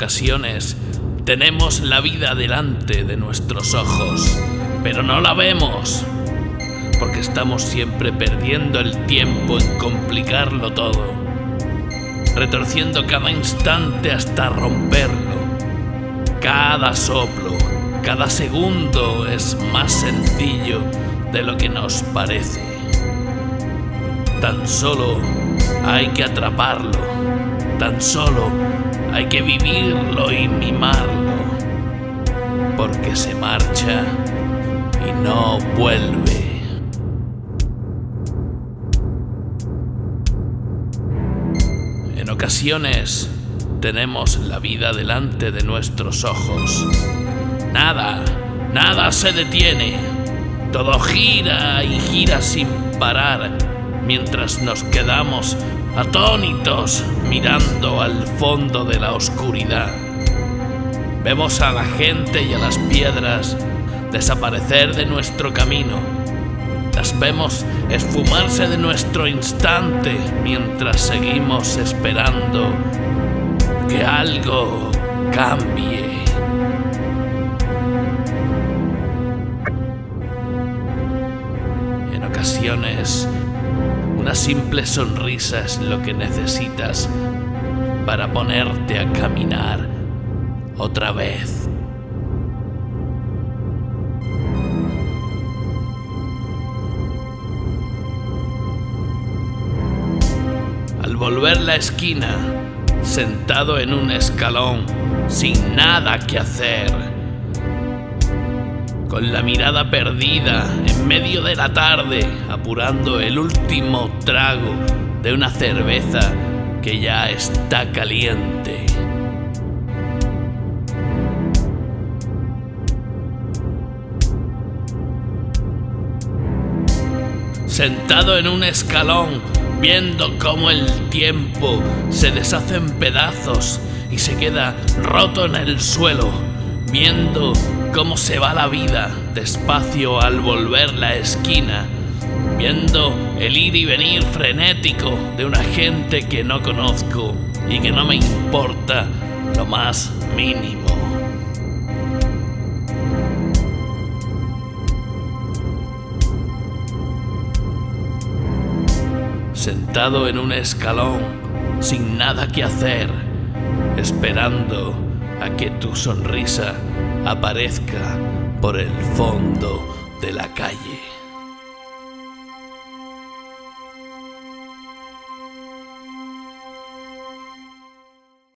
ocasiones tenemos la vida delante de nuestros ojos, pero no la vemos, porque estamos siempre perdiendo el tiempo en complicarlo todo, retorciendo cada instante hasta romperlo. Cada soplo, cada segundo es más sencillo de lo que nos parece. Tan solo hay que atraparlo, tan solo hay que vivirlo y mimarlo, porque se marcha y no vuelve. En ocasiones tenemos la vida delante de nuestros ojos. Nada se detiene. Todo gira y gira sin parar, mientras nos quedamos atónitos mirando al fondo de la oscuridad. Vemos a la gente y a las piedras desaparecer de nuestro camino. Las vemos esfumarse de nuestro instante mientras seguimos esperando que algo cambie. En ocasiones, una simple sonrisa es lo que necesitas para ponerte a caminar otra vez. Al volver la esquina, sentado en un escalón, sin nada que hacer, con la mirada perdida en medio de la tarde, apurando el último trago de una cerveza que ya está caliente. Sentado en un escalón, viendo cómo el tiempo se deshace en pedazos y se queda roto en el suelo, viendo cómo se va la vida despacio al volver la esquina, viendo el ir y venir frenético de una gente que no conozco y que no me importa lo más mínimo. Sentado en un escalón, sin nada que hacer, esperando a que tu sonrisa aparezca por el fondo de la calle.